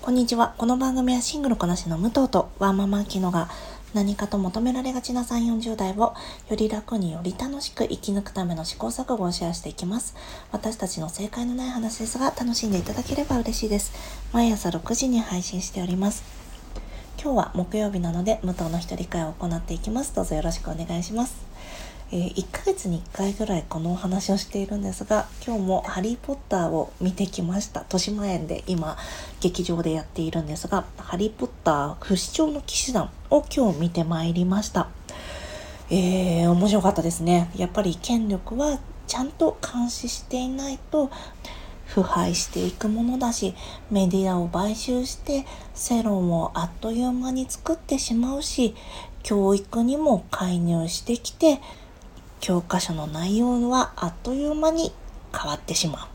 こんにちは。この番組はシングルこなしの武藤とワーママキノが何かと求められがちな3、40代をより楽により楽しく生き抜くための試行錯誤をシェアしていきます。私たちの正解のない話ですが楽しんでいただければ嬉しいです。毎朝6時に配信しております。今日は木曜日なので武藤の一人会を行っていきます。どうぞよろしくお願いします。1ヶ月に1回ぐらいこのお話をしているんですが、今日もハリーポッターを見てきました。豊島園で今劇場でやっているんですが、ハリーポッター不死鳥の騎士団を今日見てまいりました。面白かったですね。やっぱり権力はちゃんと監視していないと腐敗していくものだし、メディアを買収して世論をあっという間に作ってしまうし、教育にも介入してきて教科書の内容はあっという間に変わってしま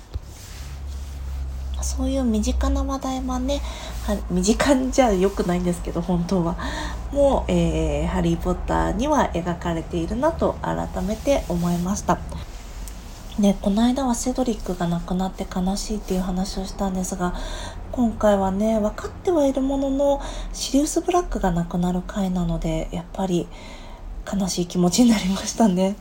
う。そういう身近な話題はね、身近じゃ良くないんですけど、本当はもう、ハリーポッターには描かれているなと改めて思いました。で、この間はセドリックが亡くなって悲しいっていう話をしたんですが、今回はね、分かってはいるもののシリウス・ブラックが亡くなる回なので、やっぱり悲しい気持ちになりましたね。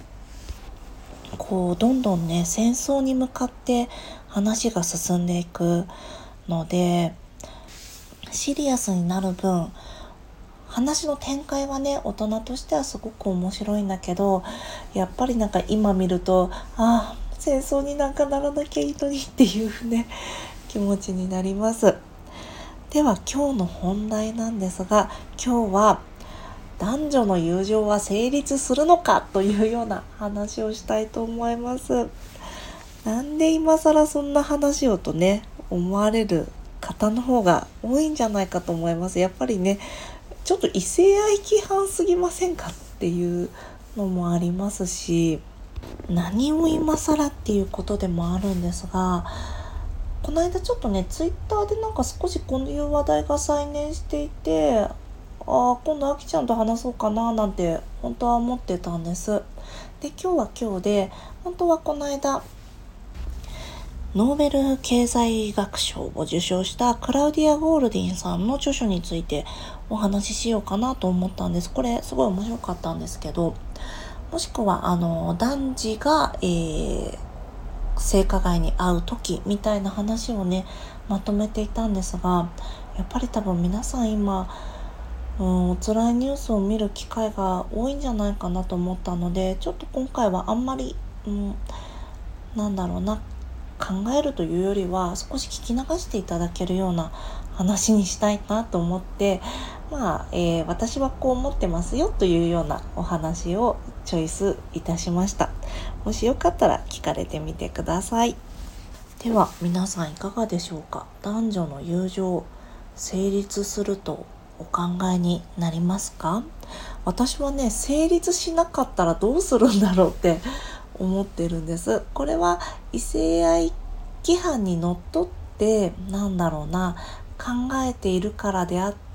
どんどんね戦争に向かって話が進んでいくので、シリアスになる分話の展開はね大人としてはすごく面白いんだけど、やっぱり今見ると戦争になんかならなきゃいいのにっていうね気持ちになります。では今日の本題なんですが、今日は男女の友情は成立するのかというような話をしたいと思います。なんで今更そんな話をとね思われる方の方が多いんじゃないかと思います。やっぱりねちょっと異性愛規範すぎませんかっていうのもありますし、何を今更っていうことでもあるんですが、この間ちょっとねツイッターで少しこういう話題が再燃していて、今度あきちゃんと話そうかななんて本当は思ってたんです。で、今日は今日で、本当はこの間ノーベル経済学賞を受賞したクラウディア・ゴールディンさんの著書についてお話ししようかなと思ったんです。これすごい面白かったんですけど、もしくは男児が、性加害に遭う時みたいな話をねまとめていたんですが、やっぱり多分皆さん今お辛いニュースを見る機会が多いんじゃないかなと思ったので、ちょっと今回はあんまり、考えるというよりは少し聞き流していただけるような話にしたいなと思って、私はこう思ってますよというようなお話をチョイスいたしました。もしよかったら聞かれてみてください。では皆さんいかがでしょうか。男女の友情成立するとお考えになりますか？私はね成立しなかったらどうするんだろうって思ってるんです。これは異性愛規範にのっとって考えているからであって、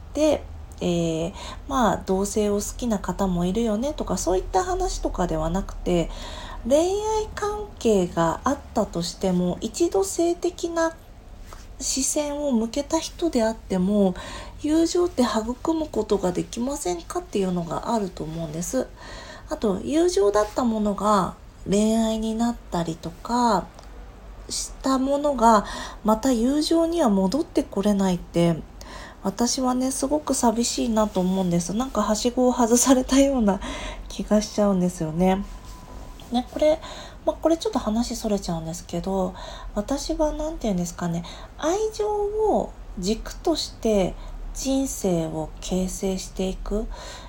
同性を好きな方もいるよねとかそういった話とかではなくて、恋愛関係があったとしても一度性的な視線を向けた人であっても友情って育むことができませんかっていうのがあると思うんです。あと友情だったものが恋愛になったりとかしたものがまた友情には戻ってこれないって、私はねすごく寂しいなと思うんです。はしごを外されたような気がしちゃうんですよね。これちょっと話それちゃうんですけど、私は愛情を軸として人生を形成していく、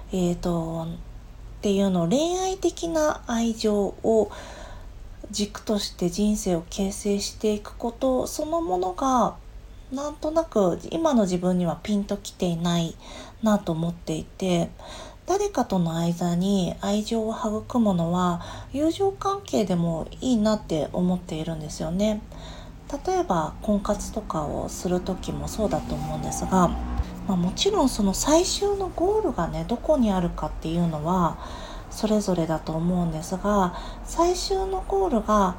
っていうのを、恋愛的な愛情を軸として人生を形成していくことそのものがなんとなく今の自分にはピンときていないなと思っていて、誰かとの間に愛情を育むのは友情関係でもいいなって思っているんですよね。例えば婚活とかをする時もそうだと思うんですが、もちろんその最終のゴールがねどこにあるかっていうのはそれぞれだと思うんですが、最終のゴールが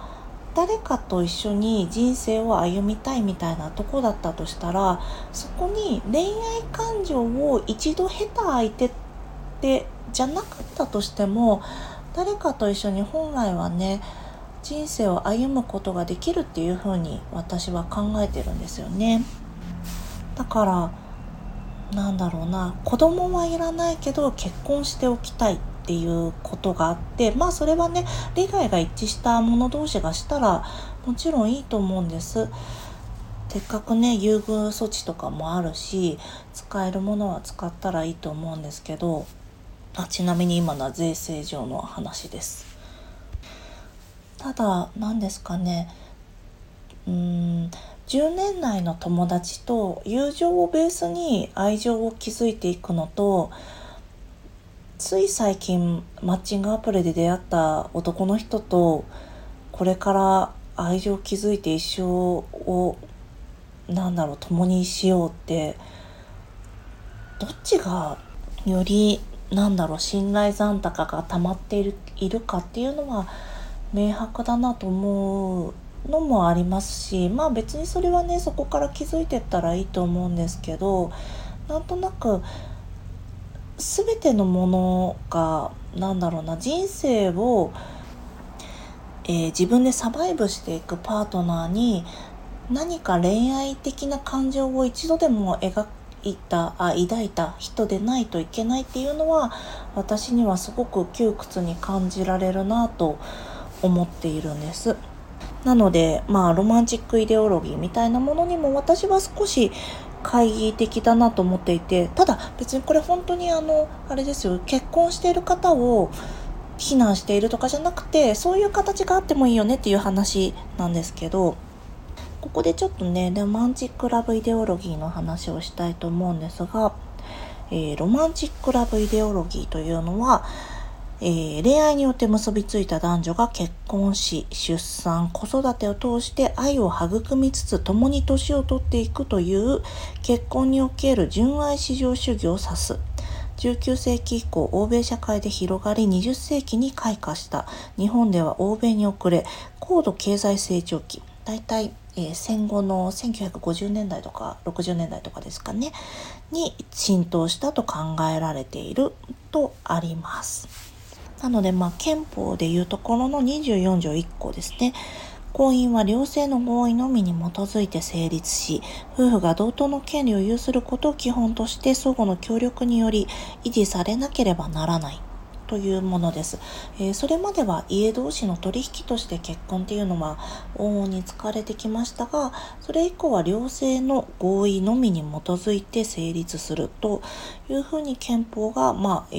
誰かと一緒に人生を歩みたいみたいなとこだったとしたら、そこに恋愛感情を一度経た相手ってじゃなかったとしても、誰かと一緒に本来はね、人生を歩むことができるっていうふうに私は考えてるんですよね。だから子供はいらないけど結婚しておきたいっていうことがあって、それはね、利害が一致した者同士がしたらもちろんいいと思うんです。せっかくね、優遇措置とかもあるし、使えるものは使ったらいいと思うんですけど、ちなみに今のは税制上の話です。ただ何ですかね、10年来の友達と友情をベースに愛情を築いていくのと、つい最近マッチングアプリで出会った男の人とこれから愛情を築いて一生を共にしようって、どっちがより信頼残高が溜まっているかっていうのは明白だなと思うのもありますし、別にそれはね、そこから気づいてったらいいと思うんですけど、なんとなく全てのものが人生を、自分でサバイブしていくパートナーに何か恋愛的な感情を一度でも抱いた人でないといけないっていうのは、私にはすごく窮屈に感じられるなと思っているんです。なので、ロマンチックイデオロギーみたいなものにも私は少し懐疑的だなと思っていて、ただ別にこれ本当にあれですよ、結婚している方を非難しているとかじゃなくて、そういう形があってもいいよねっていう話なんですけど、ここでちょっとね、ロマンチックラブイデオロギーの話をしたいと思うんですが、ロマンチックラブイデオロギーというのは、恋愛によって結びついた男女が結婚し、出産、子育てを通して愛を育みつつ共に年を取っていくという結婚における純愛至上主義を指す。19世紀以降、欧米社会で広がり、20世紀に開花した。日本では欧米に遅れ、高度経済成長期、だいたい戦後の1950年代とか60年代とかですかね、に浸透したと考えられているとあります。なので、憲法でいうところの24条1項ですね。婚姻は両性の合意のみに基づいて成立し、夫婦が同等の権利を有することを基本として相互の協力により維持されなければならないというものです。それまでは家同士の取引として結婚っていうのは往々に使われてきましたが、それ以降は両性の合意のみに基づいて成立するというふうに憲法が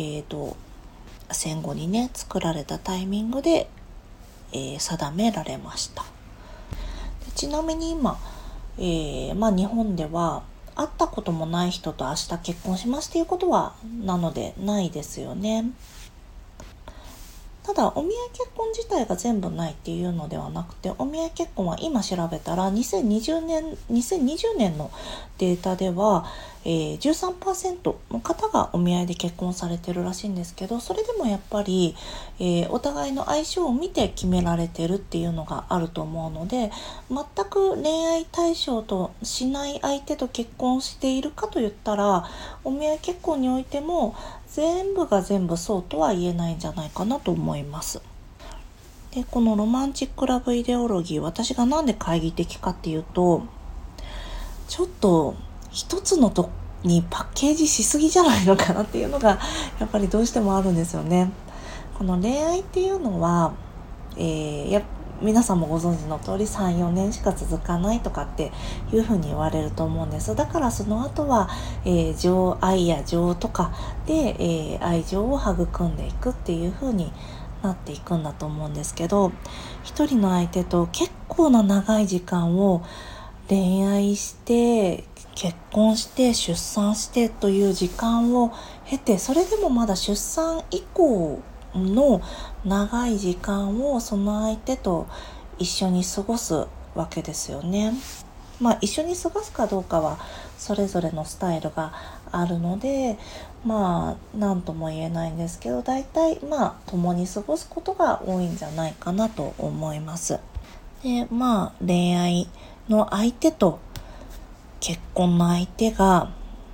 戦後にね作られたタイミングで、定められました。ちなみに今、日本では会ったこともない人と明日結婚しますっていうことはないですよね。ただお見合い結婚自体が全部ないっていうのではなくて、お見合い結婚は今調べたら2020年のデータでは、13% の方がお見合いで結婚されてるらしいんですけど、それでもやっぱり、お互いの相性を見て決められてるっていうのがあると思うので、全く恋愛対象としない相手と結婚しているかといったら、お見合い結婚においても全部が全部そうとは言えないんじゃないかなと思います。で、このロマンチックラブイデオロギー、私がなんで懐疑的かっていうと、ちょっと一つのとにパッケージしすぎじゃないのかなっていうのがやっぱりどうしてもあるんですよね。この恋愛っていうのは、皆さんもご存知の通り 3,4 年しか続かないとかっていうふうに言われると思うんです。だからその後は、愛や情とかで、愛情を育んでいくっていうふうになっていくんだと思うんですけど、一人の相手と結構な長い時間を恋愛して結婚して出産してという時間を経て、それでもまだ出産以降の長い時間をその相手と一緒に過ごすわけですよね。一緒に過ごすかどうかはそれぞれのスタイルがあるので、何とも言えないんですけど、大体共に過ごすことが多いんじゃないかなと思います。 で恋愛の相手と結婚の相手が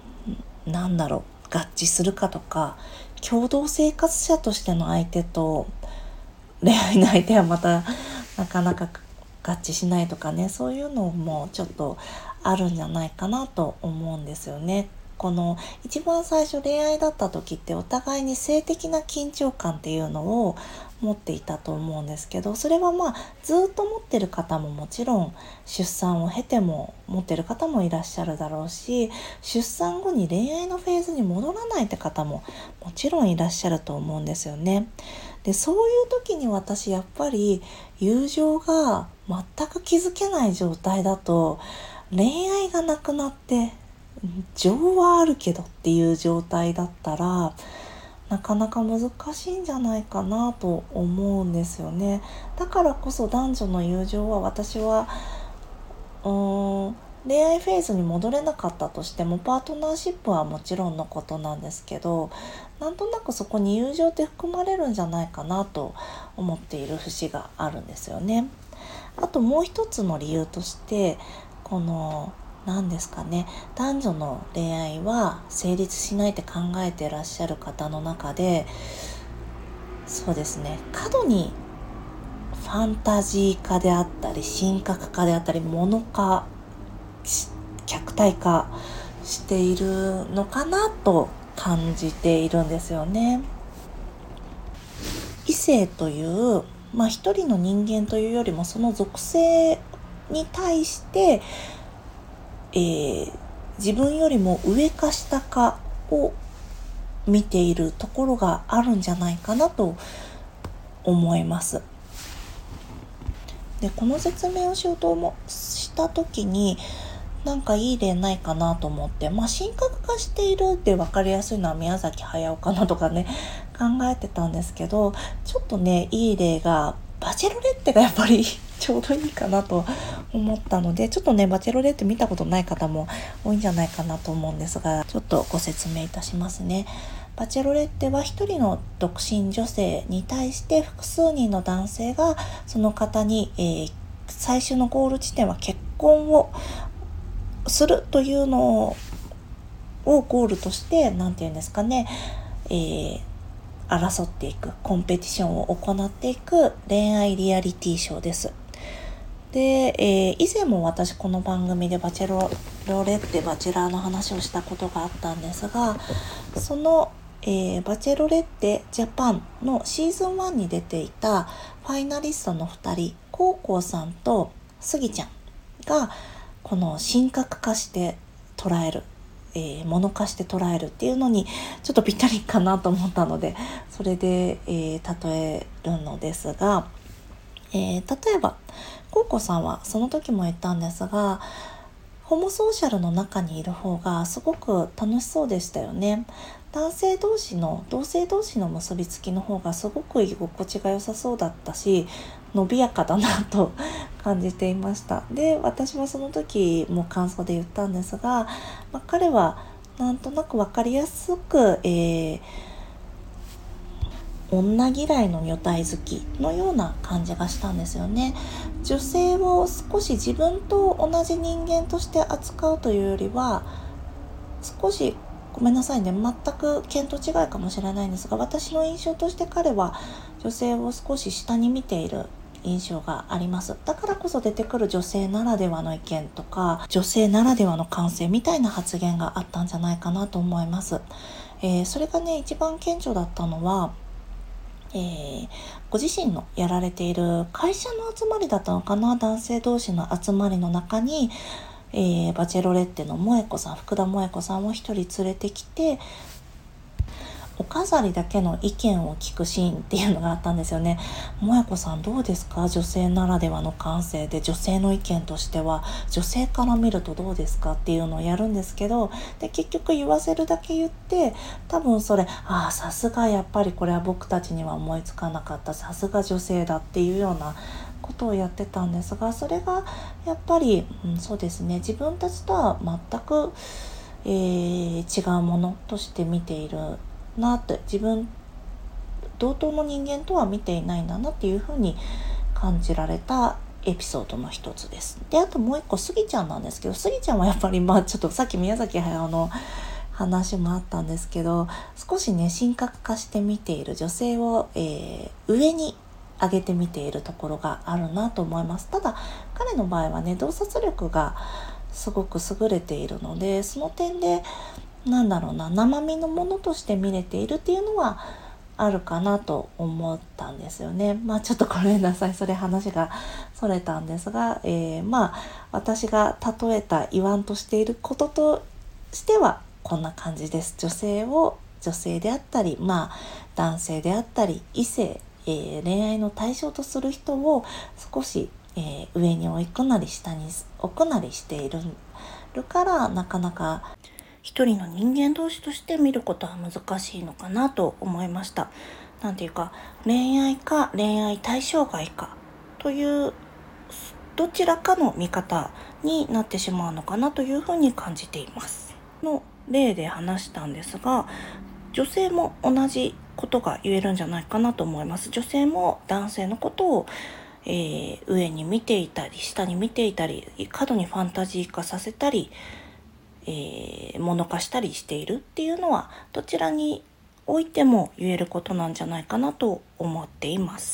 合致するかとか、共同生活者としての相手と恋愛の相手はまたなかなか合致しないとかね、そういうのもちょっとあるんじゃないかなと思うんですよね。この一番最初恋愛だった時ってお互いに性的な緊張感っていうのを持っていたと思うんですけど、それはずっと持ってる方ももちろん出産を経ても持ってる方もいらっしゃるだろうし、出産後に恋愛のフェーズに戻らないって方ももちろんいらっしゃると思うんですよね。でそういう時に私やっぱり友情が全く築けない状態だと、恋愛がなくなって情はあるけどっていう状態だったらなかなか難しいんじゃないかなと思うんですよね。だからこそ男女の友情は私は恋愛フェーズに戻れなかったとしてもパートナーシップはもちろんのことなんですけど、なんとなくそこに友情って含まれるんじゃないかなと思っている節があるんですよね。あともう一つの理由として、この何ですかね、男女の恋愛は成立しないって考えてらっしゃる方の中で、そうですね、過度にファンタジー化であったり神格化であったり物化客体化しているのかなと感じているんですよね。異性という一人の人間というよりもその属性に対して、自分よりも上か下かを見ているところがあるんじゃないかなと思います。でこの説明をしようとした時にいい例ないかなと思って、神格化しているって分かりやすいのは宮崎駿かなとかね考えてたんですけど、ちょっとねいい例がバチェロレッテがやっぱりちょうどいいかなと思ったので、ちょっとねバチェロレッテ見たことない方も多いんじゃないかなと思うんですが、ちょっとご説明いたしますね。バチェロレッテは一人の独身女性に対して複数人の男性がその方に、最終のゴール地点は結婚をするというのをゴールとして争っていくコンペティションを行っていく恋愛リアリティショーです。で、以前も私この番組でバチェロレッテバチェラーの話をしたことがあったんですが、その、バチェロレッテジャパンのシーズン1に出ていたファイナリストの2人、コウコウさんとスギちゃんがこの神格化して捉える、物化して捉えるっていうのにちょっとぴったりかなと思ったので、それで、例えるのですが、例えばコウコさんはその時も言ったんですが、ホモソーシャルの中にいる方がすごく楽しそうでしたよね。同性同士の結びつきの方がすごく居心地が良さそうだったし、伸びやかだなと感じていました。で、私はその時も感想で言ったんですが、彼はなんとなく分かりやすく、女嫌いの女体好きのような感じがしたんですよね。女性を少し自分と同じ人間として扱うというよりは、少しごめんなさいね、全く見当違いかもしれないんですが、私の印象として彼は女性を少し下に見ている印象があります。だからこそ出てくる女性ならではの意見とか女性ならではの感性みたいな発言があったんじゃないかなと思います。それがね一番顕著だったのは、ご自身のやられている会社の集まりだったのかな、男性同士の集まりの中に、バチェロレッテの福田萌子さんを一人連れてきて、お飾りだけの意見を聞くシーンっていうのがあったんですよね。萌子さんどうですか、女性ならではの感性で女性の意見としては女性から見るとどうですかっていうのをやるんですけど、で結局言わせるだけ言って、多分それさすがやっぱりこれは僕たちには思いつかなかった、さすが女性だっていうようなことをやってたんですが、それがやっぱり、そうですね、自分たちとは全く、違うものとして見ているなって、同等の人間とは見ていないんだなっていうふうに感じられた、 エピソードの一つです。で、あともう一個、スギちゃんなんですけど、スギちゃんはやっぱりちょっとさっき宮崎駿の話もあったんですけど、少しね神格化して見ている女性を、上に上げて見ているところがあるなと思います。ただ彼の場合はね洞察力がすごく優れているので、その点で生身のものとして見れているっていうのはあるかなと思ったんですよね。ちょっとごめんなさい、それ話がそれたんですが、私が例えた言わんとしていることとしてはこんな感じです。女性であったり、男性であったり異性、恋愛の対象とする人を少し、上に置くなり下に置くなりしているから、なかなか一人の人間同士として見ることは難しいのかなと思いました。なんていうか、恋愛か恋愛対象外かというどちらかの見方になってしまうのかなというふうに感じています。の例で話したんですが、女性も同じことが言えるんじゃないかなと思います。女性も男性のことを、上に見ていたり下に見ていたり、過度にファンタジー化させたり、物化したりしているっていうのはどちらにおいても言えることなんじゃないかなと思っています。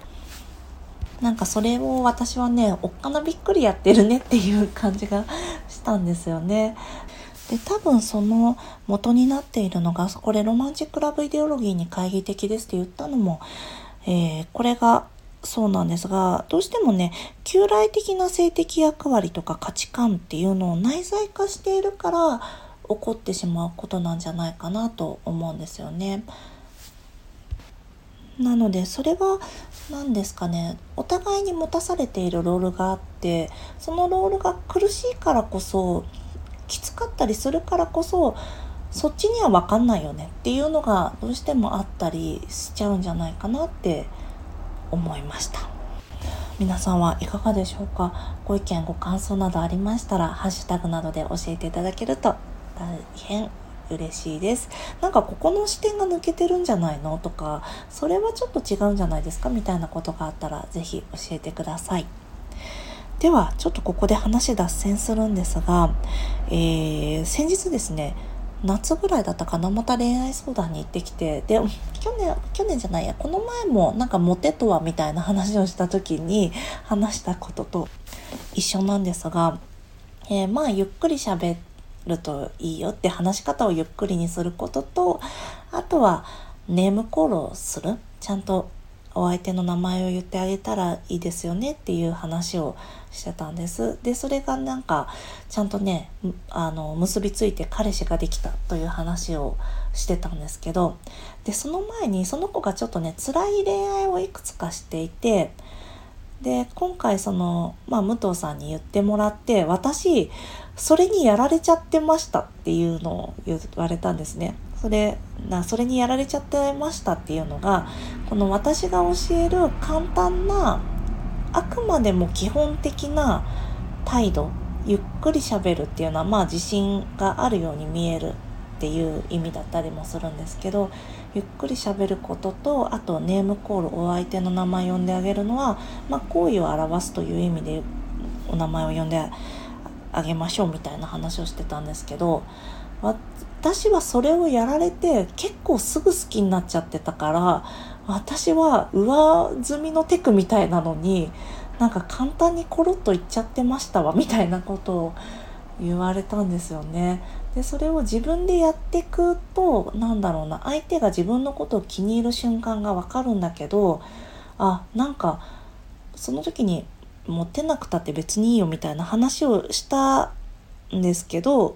それを私はね、おっかなびっくりやってるねっていう感じがしたんですよね。で、多分その元になっているのが、これロマンチックラブイデオロギーに懐疑的ですって言ったのも、これがそうなんですが、どうしてもね、旧来的な性的役割とか価値観っていうのを内在化しているから起こってしまうことなんじゃないかなと思うんですよね。なのでそれは何ですかね、お互いに持たされているロールがあって、そのロールが苦しいからこそ、きつかったりするからこそ、そっちには分かんないよねっていうのがどうしてもあったりしちゃうんじゃないかなって思いました。皆さんはいかがでしょうか。ご意見ご感想などありましたらハッシュタグなどで教えていただけると大変嬉しいです。ここの視点が抜けてるんじゃないのとか、それはちょっと違うんじゃないですかみたいなことがあったらぜひ教えてください。ではちょっとここで話脱線するんですが、先日ですね、夏ぐらいだったかな、また恋愛相談に行ってきて、で去年じゃないや、この前もモテとはみたいな話をした時に話したことと一緒なんですが、ゆっくり喋るといいよって話し方をゆっくりにすることと、あとはネームコールをする、ちゃんとお相手の名前を言ってあげたらいいですよねっていう話をしてたんです。で、それがちゃんとね、結びついて彼氏ができたという話をしてたんですけど、で、その前にその子がちょっとね、辛い恋愛をいくつかしていて、で、今回武藤さんに言ってもらって、私、それにやられちゃってましたっていうのを言われたんですね。それにやられちゃってましたっていうのが、この私が教える簡単な、あくまでも基本的な態度、ゆっくり喋るっていうのは自信があるように見えるっていう意味だったりもするんですけど、ゆっくり喋ることと、あとネームコール、お相手の名前を呼んであげるのは、好意を表すという意味でお名前を呼んであげましょうみたいな話をしてたんですけど、私はそれをやられて結構すぐ好きになっちゃってたから、私は上積みのテクみたいなのに簡単にコロッと言っちゃってましたわみたいなことを言われたんですよね。で、それを自分でやっていくと相手が自分のことを気に入る瞬間がわかるんだけど、その時にモテなくたって別にいいよみたいな話をしたんですけど、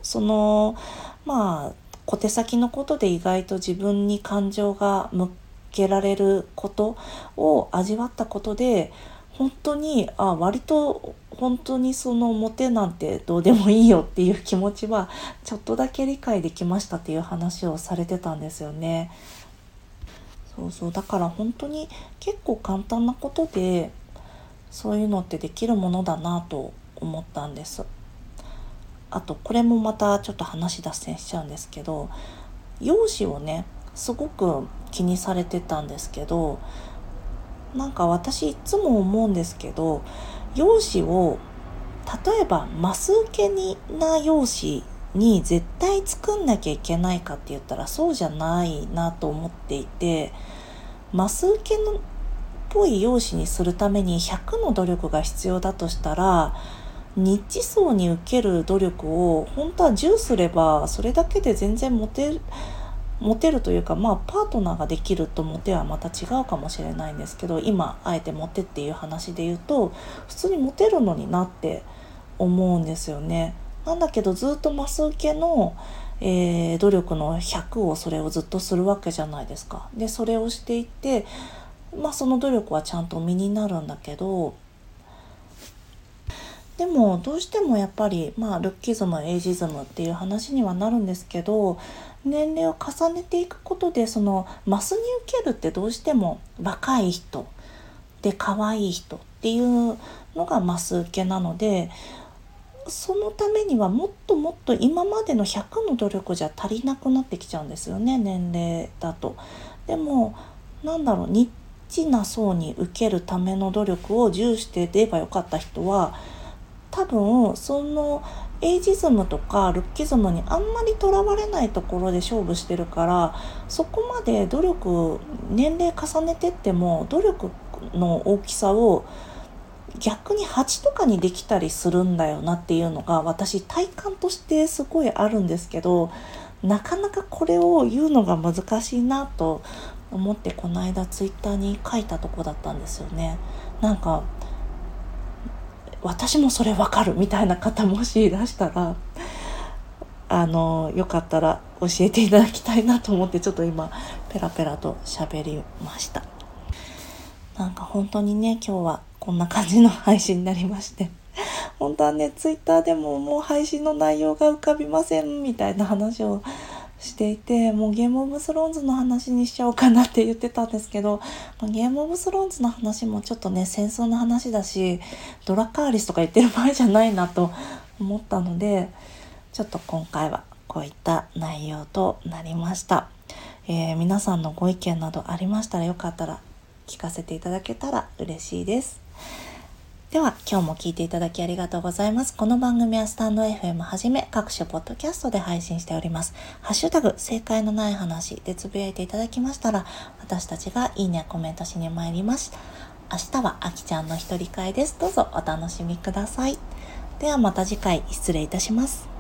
小手先のことで意外と自分に感情が向けられることを味わったことで、本当に割と本当にそのモテなんてどうでもいいよっていう気持ちはちょっとだけ理解できましたっていう話をされてたんですよね。だから本当に結構簡単なことでそういうのってできるものだなと思ったんです。あとこれもまたちょっと話脱線しちゃうんですけど、容姿をねすごく気にされてたんですけど、私いつも思うんですけど、 容姿を例えばマス受けな容姿に絶対作んなきゃいけないかって言ったらそうじゃないなと思っていて、マス受けのっぽい容姿にするために100の努力が必要だとしたら、ニッチ層に受ける努力を本当は10すればそれだけで全然モテるというか、パートナーができるとモテはまた違うかもしれないんですけど、今あえてモテっていう話で言うと普通にモテるのになって思うんですよね。なんだけどずっとマス受けの、努力の100をそれをずっとするわけじゃないですか。でそれをしていって、その努力はちゃんと身になるんだけど、でもどうしてもやっぱりルッキズムエイジズムっていう話にはなるんですけど、年齢を重ねていくことでそのマスに受けるってどうしても若い人で可愛い人っていうのがマス受けなので、そのためにはもっともっと今までの100の努力じゃ足りなくなってきちゃうんですよね、年齢だと。でもニッチな層に受けるための努力を重視してればよかった人は、多分そのエイジズムとかルッキズムにあんまりとらわれないところで勝負してるから、そこまで年齢重ねてっても努力の大きさを逆に8とかにできたりするんだよなっていうのが私体感としてすごいあるんですけど、なかなかこれを言うのが難しいなと思って、この間ツイッターに書いたとこだったんですよね。私もそれわかるみたいな方もしいらしたらよかったら教えていただきたいなと思って、ちょっと今ペラペラと喋りました。本当にね、今日はこんな感じの配信になりまして、本当はねツイッターでももう配信の内容が浮かびませんみたいな話をしていて、もうゲームオブスローンズの話にしちゃおうかなって言ってたんですけど、ゲームオブスローンズの話もちょっとね戦争の話だし、ドラカーリスとか言ってる場合じゃないなと思ったので、ちょっと今回はこういった内容となりました。皆さんのご意見などありましたらよかったら聞かせていただけたら嬉しいです。では今日も聞いていただきありがとうございます。この番組はスタンド FM はじめ各種ポッドキャストで配信しております。ハッシュタグ正解のない話でつぶやいていただきましたら、私たちがいいねコメントしに参ります。明日はあきちゃんの一人会です。どうぞお楽しみください。ではまた次回失礼いたします。